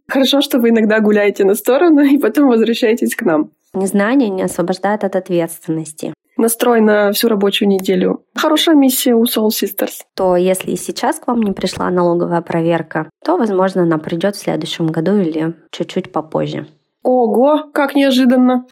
Хорошо, что вы иногда гуляете на сторону и потом возвращаетесь к нам. Незнание не освобождает от ответственности. Настрой на всю рабочую неделю. Хорошая миссия у Soul Sisters. То если и сейчас к вам не пришла налоговая проверка, то, возможно, она придет в следующем году или чуть-чуть попозже. Ого, как неожиданно!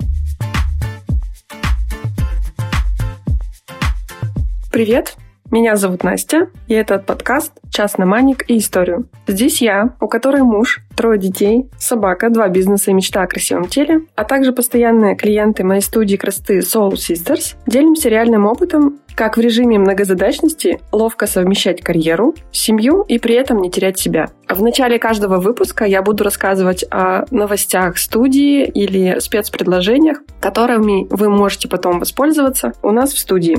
Привет! Меня зовут Настя, и это подкаст «Час на маник и историю». Здесь я, у которой муж, 3 детей, собака, 2 бизнеса и мечта о красивом теле, а также постоянные клиенты моей студии красоты Soul Sisters, делимся реальным опытом, как в режиме многозадачности ловко совмещать карьеру, семью и при этом не терять себя. В начале каждого выпуска я буду рассказывать о новостях студии или спецпредложениях, которыми вы можете потом воспользоваться у нас в студии.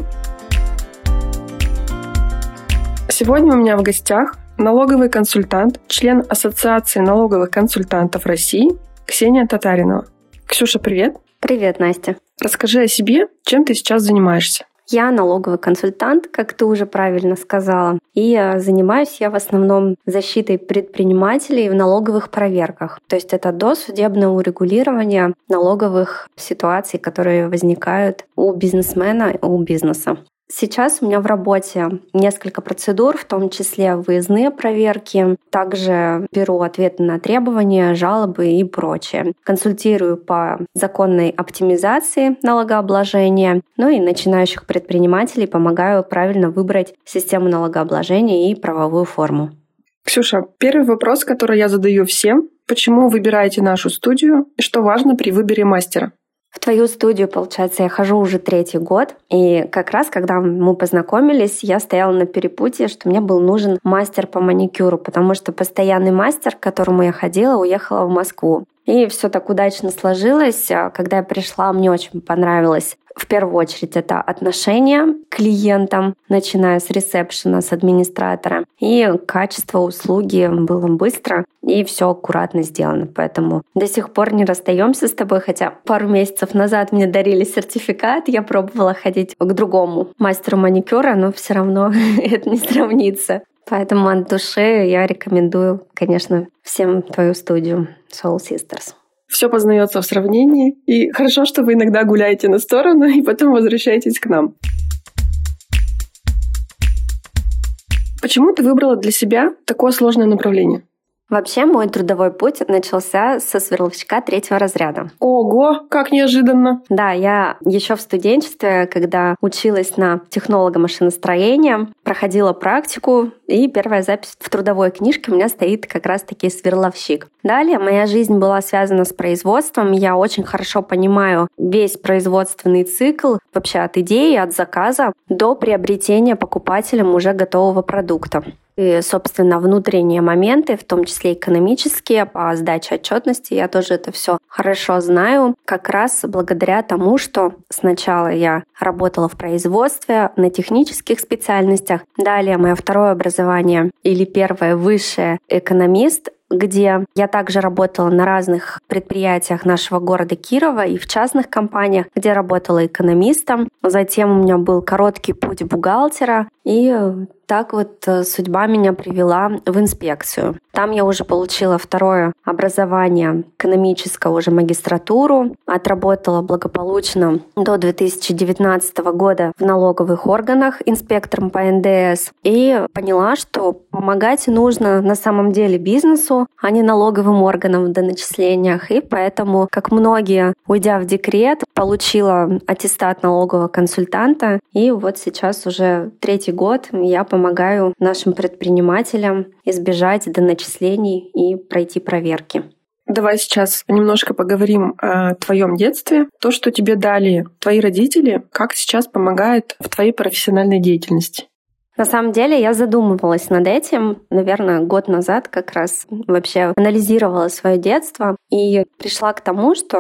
Сегодня у меня в гостях налоговый консультант, член Ассоциации налоговых консультантов России Ксения Татаринова. Ксюша, привет. Привет, Настя. Расскажи о себе, чем ты сейчас занимаешься. Я налоговый консультант, как ты уже правильно сказала, и занимаюсь я в основном защитой предпринимателей в налоговых проверках. То есть это досудебное урегулирование налоговых ситуаций, которые возникают у бизнесмена, у бизнеса. Сейчас у меня в работе несколько процедур, в том числе выездные проверки. Также беру ответы на требования, жалобы и прочее. Консультирую по законной оптимизации налогообложения. Ну и начинающих предпринимателей помогаю правильно выбрать систему налогообложения и правовую форму. Ксюша, первый вопрос, который я задаю всем. Почему выбираете нашу студию и что важно при выборе мастера? В твою студию, получается, я хожу уже 3-й год. И как раз, когда мы познакомились, я стояла на перепутье, что мне был нужен мастер по маникюру, потому что постоянный мастер, к которому я ходила, уехала в Москву. И все так удачно сложилось. Когда я пришла, мне очень понравилось. В первую очередь это отношение к клиентам, начиная с ресепшена, с администратора. И качество услуги было быстро и все аккуратно сделано. Поэтому до сих пор не расстаемся с тобой, хотя пару месяцев назад мне дарили сертификат, я пробовала ходить к другому мастеру маникюра, но все равно это не сравнится. Поэтому от души я рекомендую, конечно, всем твою студию Soul Sisters. Все познается в сравнении, и хорошо, что вы иногда гуляете на сторону и потом возвращаетесь к нам. Почему ты выбрала для себя такое сложное направление? Вообще, мой трудовой путь начался со сверловщика 3-го разряда. Ого, как неожиданно! Да, я еще в студенчестве, когда училась на технолога машиностроения, проходила практику, и первая запись в трудовой книжке у меня стоит как раз-таки сверловщик. Далее моя жизнь была связана с производством. Я очень хорошо понимаю весь производственный цикл, вообще от идеи, от заказа до приобретения покупателем уже готового продукта. И, собственно, внутренние моменты, в том числе экономические, по сдаче отчетности, я тоже это все хорошо знаю, как раз благодаря тому, что сначала я работала в производстве на технических специальностях, далее мое второе образование или первое высшее экономист, где я также работала на разных предприятиях нашего города Кирова и в частных компаниях, где работала экономистом. Затем у меня был короткий путь бухгалтера, и так вот судьба меня привела в инспекцию. Там я уже получила второе образование, экономическое, уже магистратуру, отработала благополучно до 2019 года в налоговых органах инспектором по НДС и поняла, что помогать нужно на самом деле бизнесу, а не налоговым органам в доначислениях. И поэтому, как многие, уйдя в декрет, получила аттестат налогового консультанта. И вот сейчас уже 3-й год я помогаю нашим предпринимателям избежать доначислений и пройти проверки. Давай сейчас немножко поговорим о твоем детстве. То, что тебе дали твои родители, как сейчас помогает в твоей профессиональной деятельности? На самом деле я задумывалась над этим, наверное, год назад как раз вообще анализировала свое детство и пришла к тому, что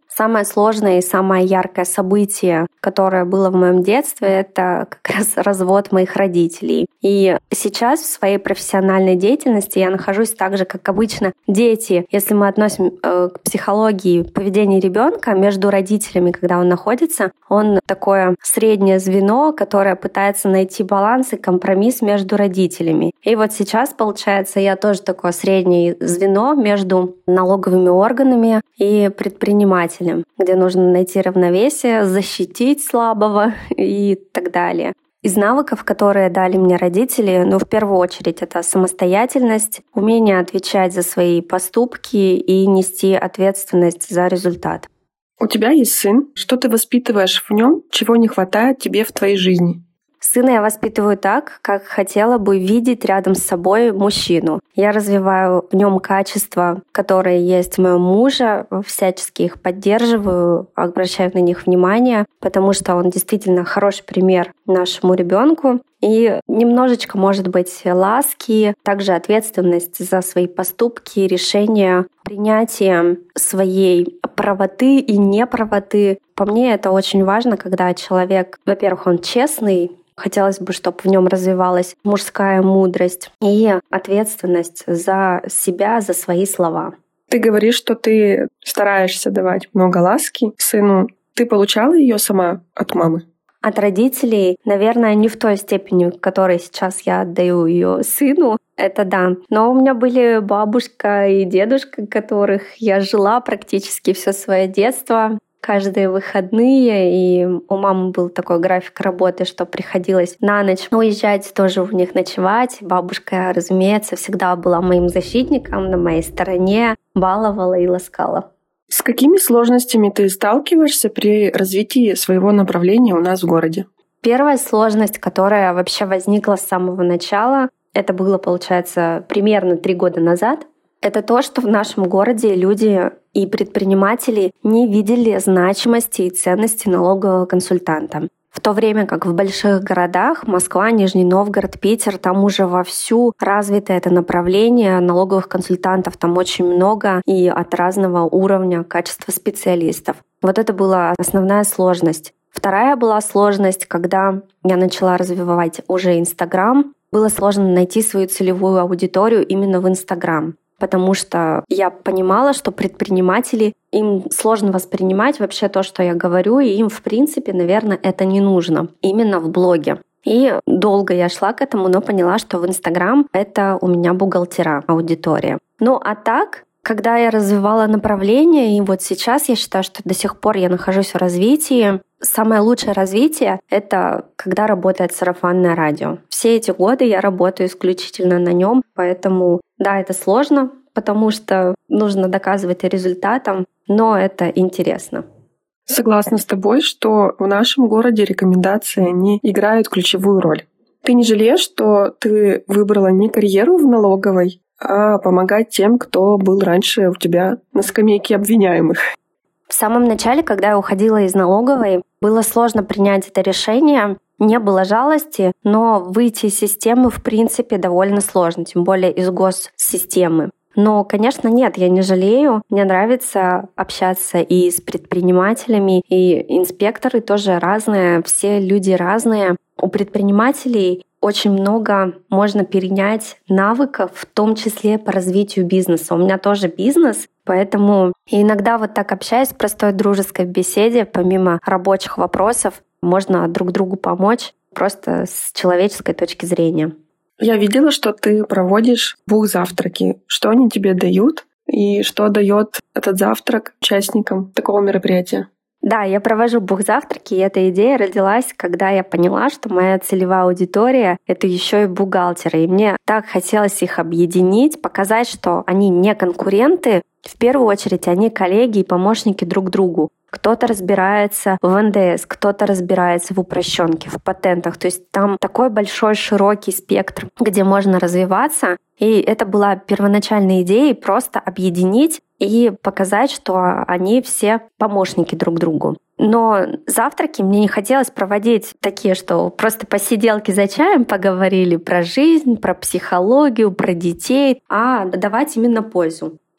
Самое сложное и самое яркое событие, которое было в моем детстве, это как раз развод моих родителей. И сейчас в своей профессиональной деятельности я нахожусь так же, как обычно дети. Если мы относим к психологии поведения ребенка между родителями, когда он находится, он такое среднее звено, которое пытается найти баланс и компромисс между родителями. И вот сейчас, получается, я тоже такое среднее звено между налоговыми органами и предпринимателями, где нужно найти равновесие, защитить слабого и так далее. Из навыков, которые дали мне родители, в первую очередь это самостоятельность, умение отвечать за свои поступки и нести ответственность за результат. У тебя есть сын. Что ты воспитываешь в нем, чего не хватает тебе в твоей жизни? Сына я воспитываю так, как хотела бы видеть рядом с собой мужчину. Я развиваю в нем качества, которые есть у моего мужа, всячески их поддерживаю, обращаю на них внимание, потому что он действительно хороший пример нашему ребенку. И немножечко, может быть, ласки, также ответственность за свои поступки, решения, принятие своей правоты и неправоты. По мне это очень важно, когда человек, во-первых, он честный, хотелось бы, чтобы в нем развивалась мужская мудрость и ответственность за себя, за свои слова. Ты говоришь, что ты стараешься давать много ласки сыну. Ты получала ее сама от мамы? От родителей, наверное, не в той степени, в которой сейчас я отдаю ее сыну. Это да. Но у меня были бабушка и дедушка, которых я жила практически все свое детство. Каждые выходные, и у мамы был такой график работы, что приходилось на ночь уезжать, тоже у них ночевать. Бабушка, разумеется, всегда была моим защитником, на моей стороне, баловала и ласкала. С какими сложностями ты сталкиваешься при развитии своего направления у нас в городе? Первая сложность, которая вообще возникла с самого начала, это было, получается, примерно 3 года назад. Это то, что в нашем городе люди и предприниматели не видели значимости и ценности налогового консультанта. В то время как в больших городах, Москва, Нижний Новгород, Питер, там уже вовсю развито это направление, налоговых консультантов там очень много и от разного уровня качества специалистов. Вот это была основная сложность. Вторая была сложность, когда я начала развивать уже Инстаграм. Было сложно найти свою целевую аудиторию именно в Инстаграм, потому что я понимала, что предприниматели, им сложно воспринимать вообще то, что я говорю, и им, в принципе, наверное, это не нужно именно в блоге. И долго я шла к этому, но поняла, что в Инстаграм это у меня бухгалтера, аудитория. Ну а так, когда я развивала направление, и вот сейчас я считаю, что до сих пор я нахожусь в развитии, самое лучшее развитие — это когда работает сарафанное радио. Все эти годы я работаю исключительно на нем, поэтому да, это сложно, потому что нужно доказывать результатом, но это интересно. Согласна с тобой, что в нашем городе рекомендации, они играют ключевую роль. Ты не жалеешь, что ты выбрала не карьеру в налоговой, а помогать тем, кто был раньше у тебя на скамейке обвиняемых? В самом начале, когда я уходила из налоговой, было сложно принять это решение. Не было жалости, но выйти из системы, в принципе, довольно сложно, тем более из госсистемы. Но, конечно, нет, я не жалею. Мне нравится общаться и с предпринимателями, и инспекторы тоже разные, все люди разные. У предпринимателей очень много можно перенять навыков, в том числе по развитию бизнеса. У меня тоже бизнес, поэтому иногда вот так общаясь в простой дружеской беседе, помимо рабочих вопросов, можно друг другу помочь просто с человеческой точки зрения. Я видела, что ты проводишь бухзавтраки. Что они тебе дают и что дает этот завтрак участникам такого мероприятия? Да, я провожу бухзавтраки, и эта идея родилась, когда я поняла, что моя целевая аудитория — это еще и бухгалтеры. И мне так хотелось их объединить, показать, что они не конкуренты. В первую очередь, они коллеги и помощники друг другу. Кто-то разбирается в НДС, кто-то разбирается в упрощенке, в патентах. То есть там такой большой, широкий спектр, где можно развиваться. И это была первоначальная идея — просто объединить и показать, что они все помощники друг другу. Но завтраки мне не хотелось проводить такие, что просто посиделки за чаем поговорили про жизнь, про психологию, про детей, а давать именно пользу.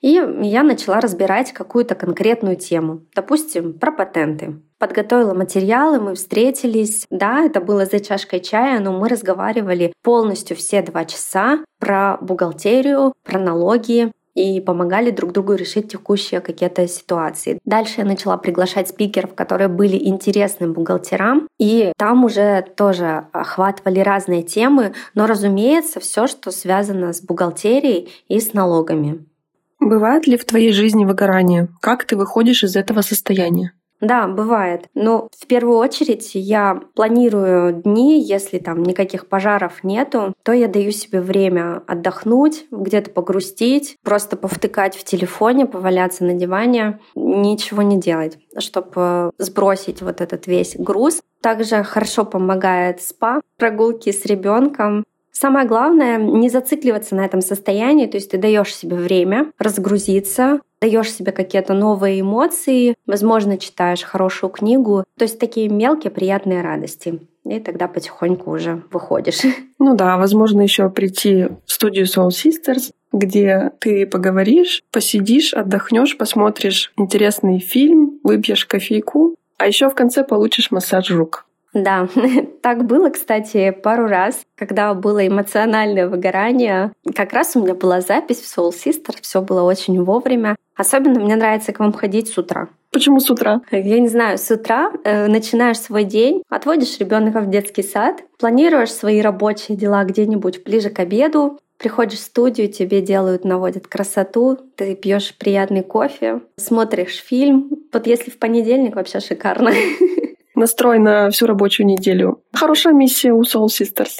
И я начала разбирать какую-то конкретную тему, допустим, про патенты. Подготовила материалы, мы встретились. Да, это было за чашкой чая, но мы разговаривали полностью все 2 часа про бухгалтерию, про налоги и помогали друг другу решить текущие какие-то ситуации. Дальше я начала приглашать спикеров, которые были интересны бухгалтерам, и там уже тоже охватывали разные темы, но, разумеется, все, что связано с бухгалтерией и с налогами. Бывает ли в твоей жизни выгорание? Как ты выходишь из этого состояния? Да, бывает. Но в первую очередь я планирую дни, если там никаких пожаров нету, то я даю себе время отдохнуть, где-то погрустить, просто повтыкать в телефоне, поваляться на диване, ничего не делать, чтобы сбросить вот этот весь груз. Также хорошо помогает спа, прогулки с ребенком. Самое главное — не зацикливаться на этом состоянии, то есть ты даешь себе время разгрузиться, даешь себе какие-то новые эмоции, возможно, читаешь хорошую книгу, то есть такие мелкие приятные радости. И тогда потихоньку уже выходишь. Ну да, возможно, еще прийти в студию Soul Sisters, где ты поговоришь, посидишь, отдохнешь, посмотришь интересный фильм, выпьешь кофейку, а еще в конце получишь массаж рук. Да, так было, кстати, пару раз, когда было эмоциональное выгорание. Как раз у меня была запись в Soul Sisters, все было очень вовремя. Особенно мне нравится к вам ходить с утра. Почему с утра? Я не знаю, с утра начинаешь свой день, отводишь ребенка в детский сад, планируешь свои рабочие дела где-нибудь ближе к обеду, приходишь в студию, тебе наводят красоту, ты пьешь приятный кофе, смотришь фильм. Вот если в понедельник, вообще шикарно. Настрой на всю рабочую неделю. Хорошая миссия у Soul Sisters.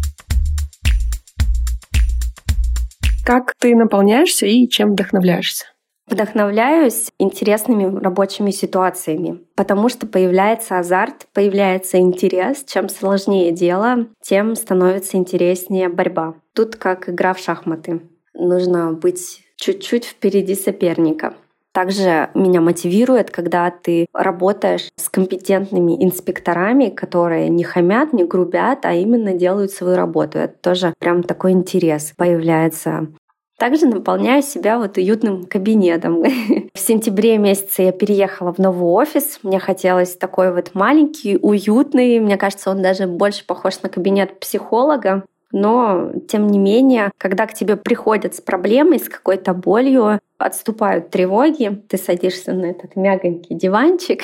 Как ты наполняешься и чем вдохновляешься? Вдохновляюсь интересными рабочими ситуациями, потому что появляется азарт, появляется интерес. Чем сложнее дело, тем становится интереснее борьба. Тут как игра в шахматы. Нужно быть чуть-чуть впереди соперника. Также меня мотивирует, когда ты работаешь с компетентными инспекторами, которые не хамят, не грубят, а именно делают свою работу. Это тоже прям такой интерес появляется. Также наполняю себя уютным кабинетом. В сентябре месяце я переехала в новый офис. Мне хотелось такой маленький, уютный. Мне кажется, он даже больше похож на кабинет психолога. Но, тем не менее, когда к тебе приходят с проблемой, с какой-то болью, отступают тревоги, ты садишься на этот мягонький диванчик,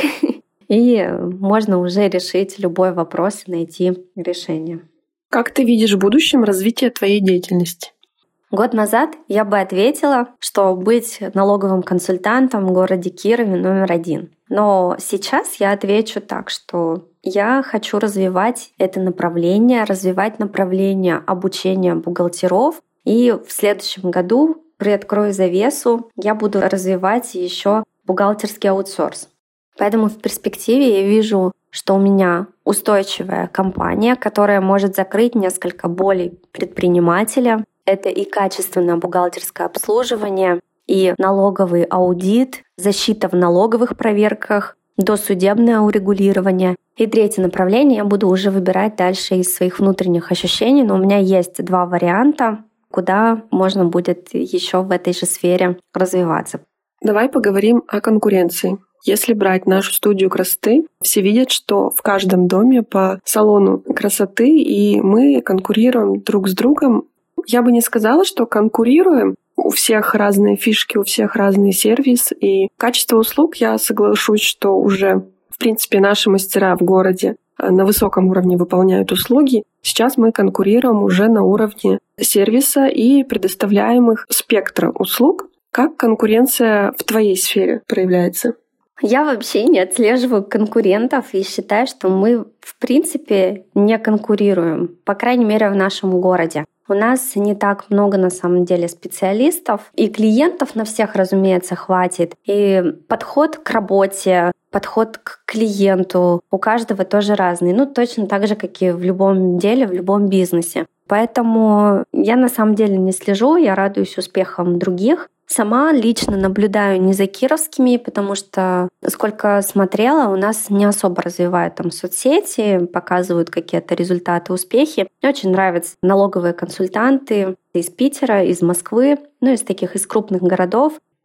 и можно уже решить любой вопрос и найти решение. Как ты видишь в будущем развитие твоей деятельности? Год назад я бы ответила, что быть налоговым консультантом в городе Кирове номер 1. Но сейчас я отвечу так, что я хочу развивать это направление, развивать направление обучения бухгалтеров. И в следующем году, приоткрою завесу, я буду развивать еще бухгалтерский аутсорс. Поэтому в перспективе я вижу, что у меня устойчивая компания, которая может закрыть несколько болей предпринимателя. Это и качественное бухгалтерское обслуживание, и налоговый аудит, защита в налоговых проверках, досудебное урегулирование. И третье направление я буду уже выбирать дальше из своих внутренних ощущений, но у меня есть 2 варианта, куда можно будет еще в этой же сфере развиваться. Давай поговорим о конкуренции. Если брать нашу студию красоты, все видят, что в каждом доме по салону красоты, и мы конкурируем друг с другом. Я бы не сказала, что конкурируем. У всех разные фишки, у всех разный сервис. И качество услуг, я соглашусь, что уже, в принципе, наши мастера в городе на высоком уровне выполняют услуги. Сейчас мы конкурируем уже на уровне сервиса и предоставляемых спектра услуг. Как конкуренция в твоей сфере проявляется? Я вообще не отслеживаю конкурентов и считаю, что мы, в принципе, не конкурируем, по крайней мере, в нашем городе. У нас не так много, на самом деле, специалистов, и клиентов на всех, разумеется, хватит. И подход к работе, подход к клиенту у каждого тоже разный. Точно так же, как и в любом деле, в любом бизнесе. Поэтому я на самом деле не слежу, я радуюсь успехам других. Сама лично наблюдаю не за кировскими, потому что, сколько смотрела, у нас не особо развивают там соцсети, показывают какие-то результаты, успехи. Мне очень нравятся налоговые консультанты из Питера, из Москвы, из таких, из крупных городов.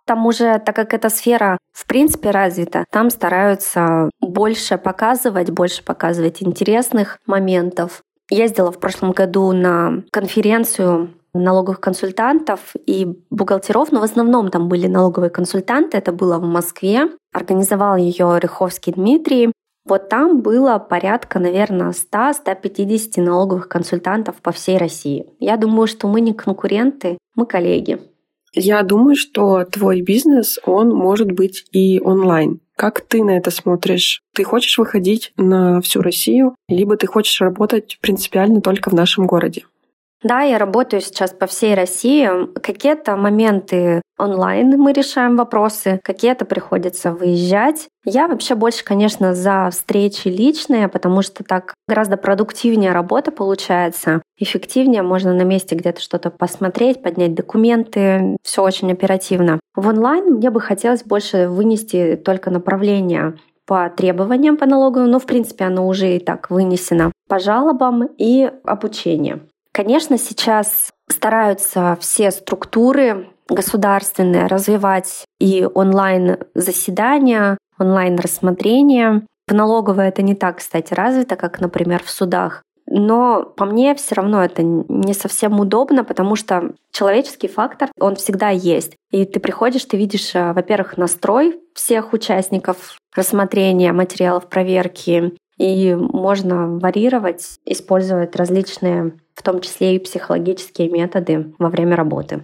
Там уже, так как эта сфера в принципе развита, там стараются больше показывать интересных моментов. Ездила в прошлом году на конференцию налоговых консультантов и бухгалтеров, но в основном там были налоговые консультанты. Это было в Москве. Организовал ее Ряховский Дмитрий. Вот там было порядка, наверное, 100-150 налоговых консультантов по всей России. Я думаю, что мы не конкуренты, мы коллеги. Я думаю, что твой бизнес, он может быть и онлайн. Как ты на это смотришь? Ты хочешь выходить на всю Россию, либо ты хочешь работать принципиально только в нашем городе? Да, я работаю сейчас по всей России. Какие-то моменты онлайн мы решаем вопросы, какие-то приходится выезжать. Я вообще больше, конечно, за встречи личные, потому что так гораздо продуктивнее работа получается, эффективнее, можно на месте где-то что-то посмотреть, поднять документы, все очень оперативно. В онлайн мне бы хотелось больше вынести только направление по требованиям по налоговым, но в принципе оно уже и так вынесено, по жалобам и обучению. Конечно, сейчас стараются все структуры государственные развивать и онлайн-заседания, онлайн-рассмотрения. В налоговой это не так, кстати, развито, как, например, в судах. Но по мне все равно это не совсем удобно, потому что человеческий фактор, он всегда есть. И ты приходишь, ты видишь, во-первых, настрой всех участников рассмотрения материалов проверки, и можно варьировать, использовать различные, в том числе и психологические методы во время работы.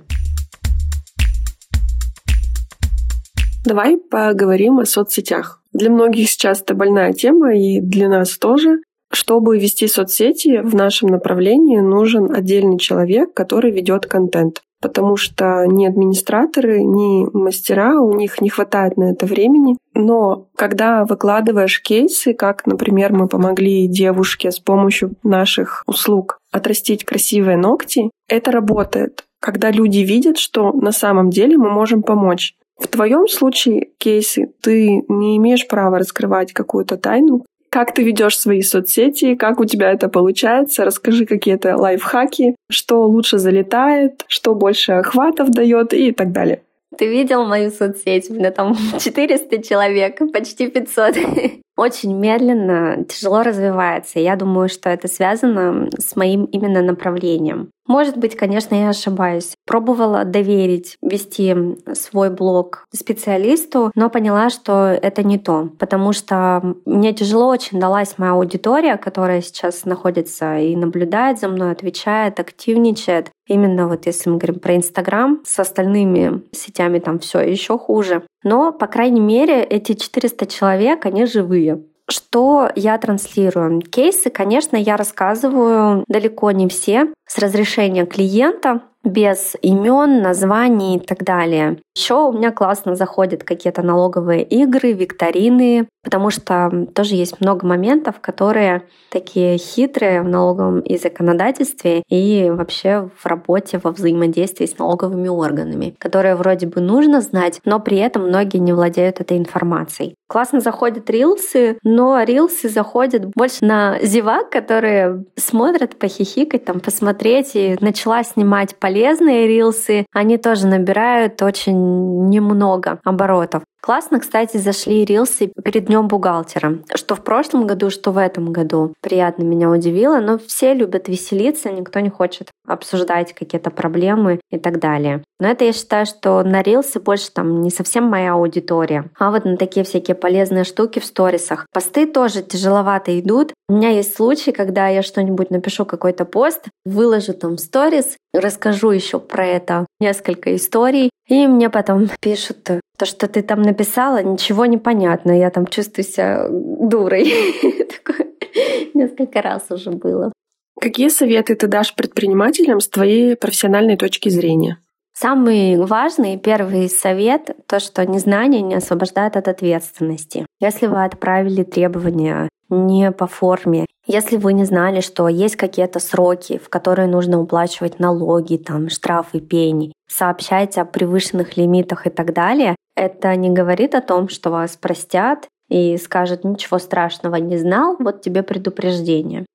Давай поговорим о соцсетях. Для многих сейчас это больная тема, и для нас тоже. Чтобы вести соцсети в нашем направлении, нужен отдельный человек, который ведет контент. Потому что ни администраторы, ни мастера, у них не хватает на это времени. Но когда выкладываешь кейсы, как, например, мы помогли девушке с помощью наших услуг отрастить красивые ногти, это работает. Когда люди видят, что на самом деле мы можем помочь. В твоем случае кейсы ты не имеешь права раскрывать какую-то тайну. Как ты ведешь свои соцсети, как у тебя это получается? Расскажи какие-то лайфхаки, что лучше залетает, что больше охватов дает и так далее. Ты видел мою соцсеть? У меня там 400 человек, почти 500. Очень медленно, тяжело развивается. Я думаю, что это связано с моим именно направлением. Может быть, конечно, я ошибаюсь. Пробовала доверить вести свой блог специалисту, но поняла, что это не то, потому что мне тяжело очень далась моя аудитория, которая сейчас находится и наблюдает за мной, отвечает, активничает. Именно вот если мы говорим про Инстаграм, с остальными сетями там все еще хуже. Но, по крайней мере, эти 400 человек, они живые. Что я транслирую? Кейсы, конечно, я рассказываю далеко не все с разрешения клиента, без имен, названий и так далее. Еще у меня классно заходят какие-то налоговые игры, викторины, потому что тоже есть много моментов, которые такие хитрые в налоговом и законодательстве, и вообще в работе, во взаимодействии с налоговыми органами, которые вроде бы нужно знать, но при этом многие не владеют этой информацией. Классно заходят рилсы, но рилсы заходят больше на зевак, которые смотрят похихикать, там, посмотреть, и начала снимать полезные рилсы, они тоже набирают очень немного оборотов. Классно, кстати, зашли рилсы перед Днем бухгалтера, что в прошлом году, что в этом году. Приятно меня удивило, но все любят веселиться, никто не хочет обсуждать какие-то проблемы и так далее. Но это я считаю, что на рилсы больше там не совсем моя аудитория, а вот на такие всякие полезные штуки в сторисах. Посты тоже тяжеловато идут. У меня есть случаи, когда я что-нибудь напишу, какой-то пост, выложу там в сторис, расскажу еще про это несколько историй, и мне потом пишут: то, что ты там написала, ничего не понятно, я там чувствую себя дурой. Такое несколько раз уже было. Какие советы ты дашь предпринимателям с твоей профессиональной точки зрения? Самый важный первый совет — то, что незнание не освобождает от ответственности. Если вы отправили требования не по форме, если вы не знали, что есть какие-то сроки, в которые нужно уплачивать налоги, там, штрафы, пени, сообщайте о превышенных лимитах и так далее, это не говорит о том, что вас простят и скажут: ничего страшного, не знал, вот тебе предупреждение.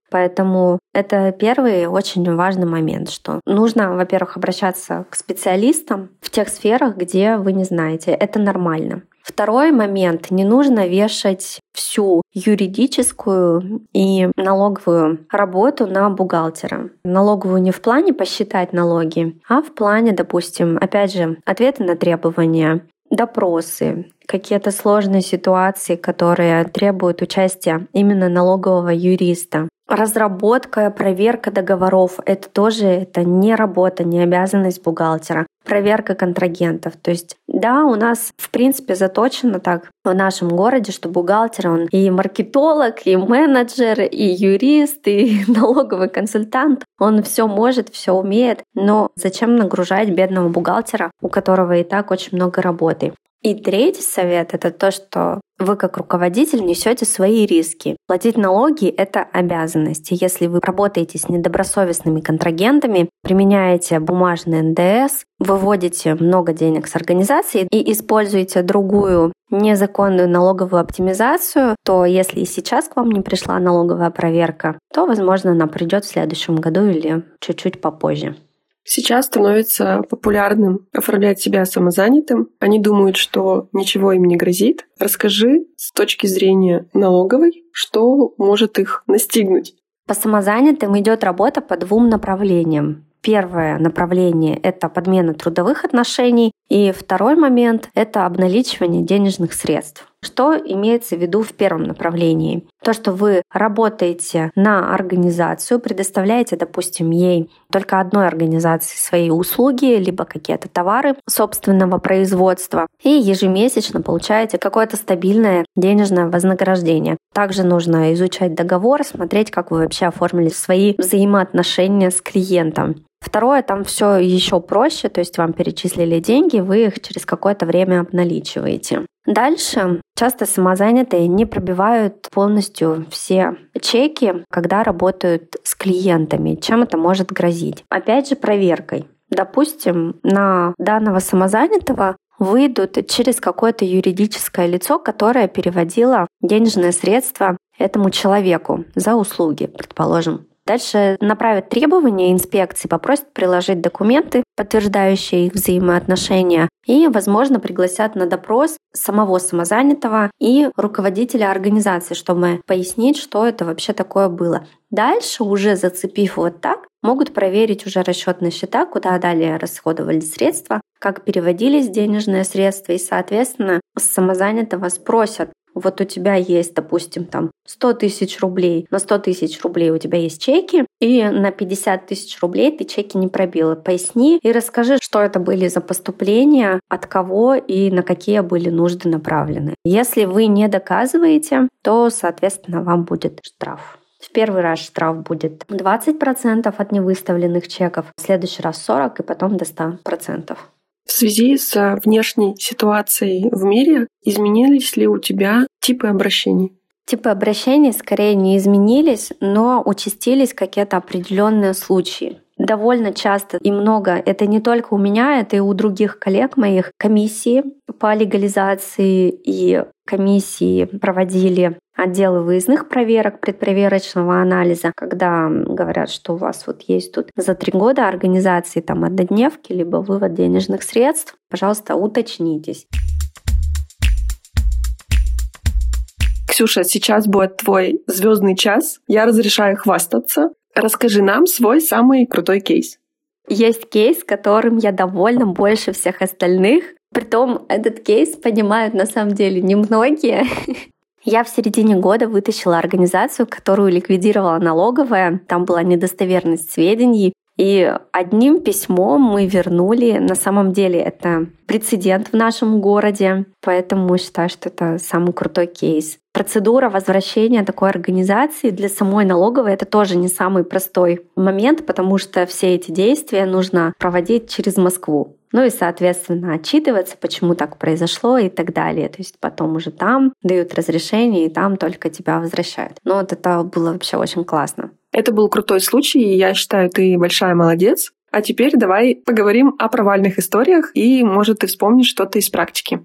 Поэтому это первый очень важный момент, что нужно, во-первых, обращаться к специалистам в тех сферах, где вы не знаете. Это нормально. Второй момент. Не нужно вешать всю юридическую и налоговую работу на бухгалтера. Налоговую не в плане посчитать налоги, а в плане, допустим, опять же, ответы на требования, допросы, какие-то сложные ситуации, которые требуют участия именно налогового юриста. Разработка, проверка договоров — это не работа, не обязанность бухгалтера. Проверка контрагентов. То есть, да, у нас, в принципе, заточено так в нашем городе, что бухгалтер, он и маркетолог, и менеджер, и юрист, и налоговый консультант. Он все может, все умеет. Но зачем нагружать бедного бухгалтера, у которого и так очень много работы? И третий совет — это то, что вы как руководитель несете свои риски. Платить налоги — это обязанность. И если вы работаете с недобросовестными контрагентами, применяете бумажный НДС, выводите много денег с организации и используете другую незаконную налоговую оптимизацию, то если и сейчас к вам не пришла налоговая проверка, то, возможно, она придет в следующем году или чуть-чуть попозже. Сейчас становится популярным оформлять себя самозанятым. Они думают, что ничего им не грозит. Расскажи с точки зрения налоговой, что может их настигнуть. По самозанятым идет работа по двум направлениям. Первое направление — это подмена трудовых отношений, и второй момент — это обналичивание денежных средств. Что имеется в виду в первом направлении? То, что вы работаете на организацию, предоставляете, допустим, ей только одной организации свои услуги, либо какие-то товары собственного производства, и ежемесячно получаете какое-то стабильное денежное вознаграждение. Также нужно изучать договор, смотреть, как вы вообще оформили свои взаимоотношения с клиентом. Второе, там все еще проще, то есть вам перечислили деньги, вы их через какое-то время обналичиваете. Дальше часто самозанятые не пробивают полностью все чеки, когда работают с клиентами. Чем это может грозить? Опять же, проверкой. Допустим, на данного самозанятого выйдут через какое-то юридическое лицо, которое переводило денежные средства этому человеку за услуги, предположим. Дальше направят требования инспекции, попросят приложить документы, подтверждающие их взаимоотношения, и, возможно, пригласят на допрос самого самозанятого и руководителя организации, чтобы пояснить, что это вообще такое было. Дальше, уже зацепив вот так, могут проверить уже расчетные счета, куда далее расходовались средства, как переводились денежные средства, и, соответственно, с самозанятого спросят: вот у тебя есть, допустим, там 100 тысяч рублей, на 100 тысяч рублей у тебя есть чеки, и на 50 тысяч рублей ты чеки не пробила. Поясни и расскажи, что это были за поступления, от кого и на какие были нужды направлены. Если вы не доказываете, то, соответственно, вам будет штраф. В первый раз штраф будет 20% от невыставленных чеков, в следующий раз 40% и потом до 100%. В связи с внешней ситуацией в мире изменились ли у тебя типы обращений? Типы обращений скорее не изменились, но участились какие-то определенные случаи. Довольно часто и много, это не только у меня, это и у других коллег моих, комиссии по легализации и комиссии проводили отделы выездных проверок, предпроверочного анализа, когда говорят, что у вас вот есть тут за 3 года организации там однодневки, либо вывод денежных средств, пожалуйста, уточнитесь. Ксюша, сейчас будет твой звездный час. Я разрешаю хвастаться. Расскажи нам свой самый крутой кейс. Есть кейс, которым я довольна больше всех остальных. Притом этот кейс понимают на самом деле немногие. Я в середине года вытащила организацию, которую ликвидировала налоговая. Там была недостоверность сведений. И одним письмом мы вернули. На самом деле это прецедент в нашем городе, поэтому считаю, что это самый крутой кейс. Процедура возвращения такой организации для самой налоговой — это тоже не самый простой момент, потому что все эти действия нужно проводить через Москву. Ну и, соответственно, отчитываться, почему так произошло и так далее. То есть потом уже там дают разрешение, и там только тебя возвращают. Но вот это было вообще очень классно. Это был крутой случай, и я считаю, ты большая молодец. А теперь давай поговорим о провальных историях, и, может, ты вспомнишь что-то из практики.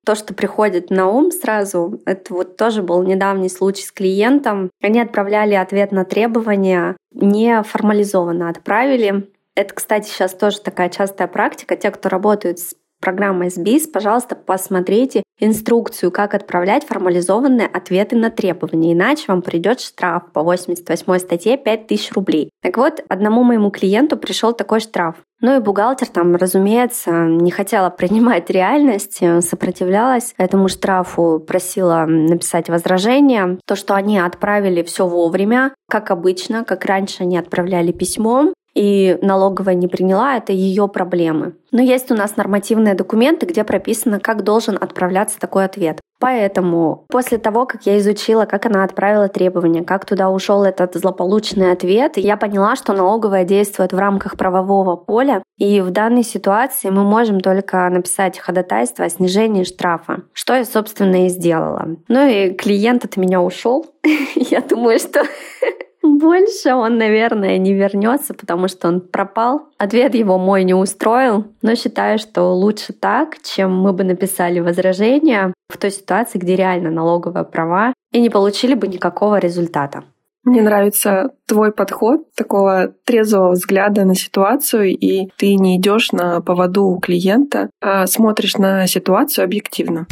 То, что приходит на ум сразу, это вот тоже был недавний случай с клиентом. Они отправляли ответ на требования, не формализованно отправили. Это, кстати, сейчас тоже такая частая практика. Те, кто работают с программой SBIS, пожалуйста, посмотрите инструкцию, как отправлять формализованные ответы на требования, иначе вам придет штраф по 88 статье 5000 рублей. Так вот, одному моему клиенту пришел такой штраф. Ну и бухгалтер там, разумеется, не хотела принимать реальность, сопротивлялась этому штрафу, просила написать возражение. То, что они отправили все вовремя, как обычно, как раньше они отправляли письмом, и налоговая не приняла, это ее проблемы. Но есть у нас нормативные документы, где прописано, как должен отправляться такой ответ. Поэтому после того, как я изучила, как она отправила требования, как туда ушел этот злополучный ответ, я поняла, что налоговая действует в рамках правового поля, и в данной ситуации мы можем только написать ходатайство о снижении штрафа, что я, собственно, и сделала. Ну и клиент от меня ушел. Я думаю, что больше он, наверное, не вернется, потому что он пропал. Ответ его мой не устроил, но считаю, что лучше так, чем мы бы написали возражение в той ситуации, где реально налоговая права, и не получили бы никакого результата. Мне нравится твой подход, такого трезвого взгляда на ситуацию, и ты не идешь на поводу у клиента, а смотришь на ситуацию объективно.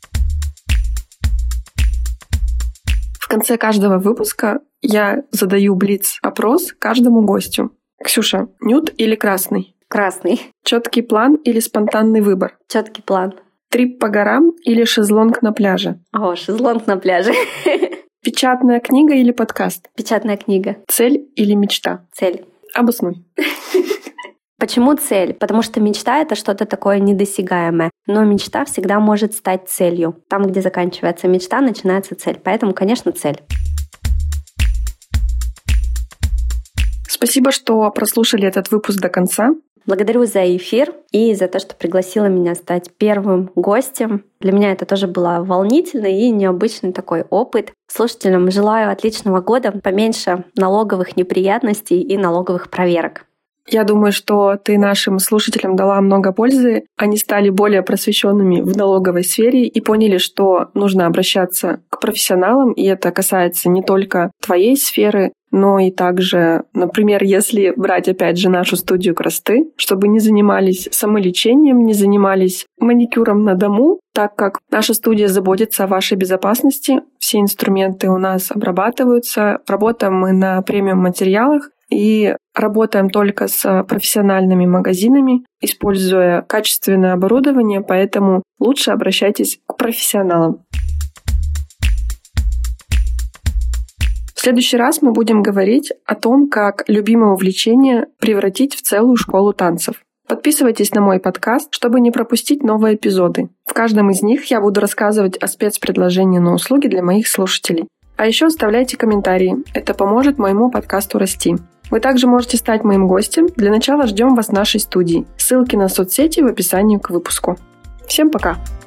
В конце каждого выпуска я задаю блиц-опрос каждому гостю. Ксюша, нюд или красный? Красный. Четкий план или спонтанный выбор? Четкий план. Трип по горам или шезлонг на пляже? О, шезлонг на пляже. Печатная книга или подкаст? Печатная книга. Цель или мечта? Цель. Обоснуй. Почему цель? Потому что мечта — это что-то такое недосягаемое. Но мечта всегда может стать целью. Там, где заканчивается мечта, начинается цель. Поэтому, конечно, цель. Спасибо, что прослушали этот выпуск до конца. Благодарю за эфир и за то, что пригласила меня стать первым гостем. Для меня это тоже было волнительный и необычный такой опыт. Слушателям желаю отличного года, поменьше налоговых неприятностей и налоговых проверок. Я думаю, что ты нашим слушателям дала много пользы. Они стали более просвещенными в налоговой сфере и поняли, что нужно обращаться к профессионалам, и это касается не только твоей сферы, но и также, например, если брать опять же нашу студию красоты, чтобы не занимались самолечением, не занимались маникюром на дому, так как наша студия заботится о вашей безопасности, все инструменты у нас обрабатываются, работаем мы на премиум-материалах, и работаем только с профессиональными магазинами, используя качественное оборудование, поэтому лучше обращайтесь к профессионалам. В следующий раз мы будем говорить о том, как любимое увлечение превратить в целую школу танцев. Подписывайтесь на мой подкаст, чтобы не пропустить новые эпизоды. В каждом из них я буду рассказывать о спецпредложении на услуги для моих слушателей. А еще оставляйте комментарии, это поможет моему подкасту расти. Вы также можете стать моим гостем. Для начала ждем вас в нашей студии. Ссылки на соцсети в описании к выпуску. Всем пока!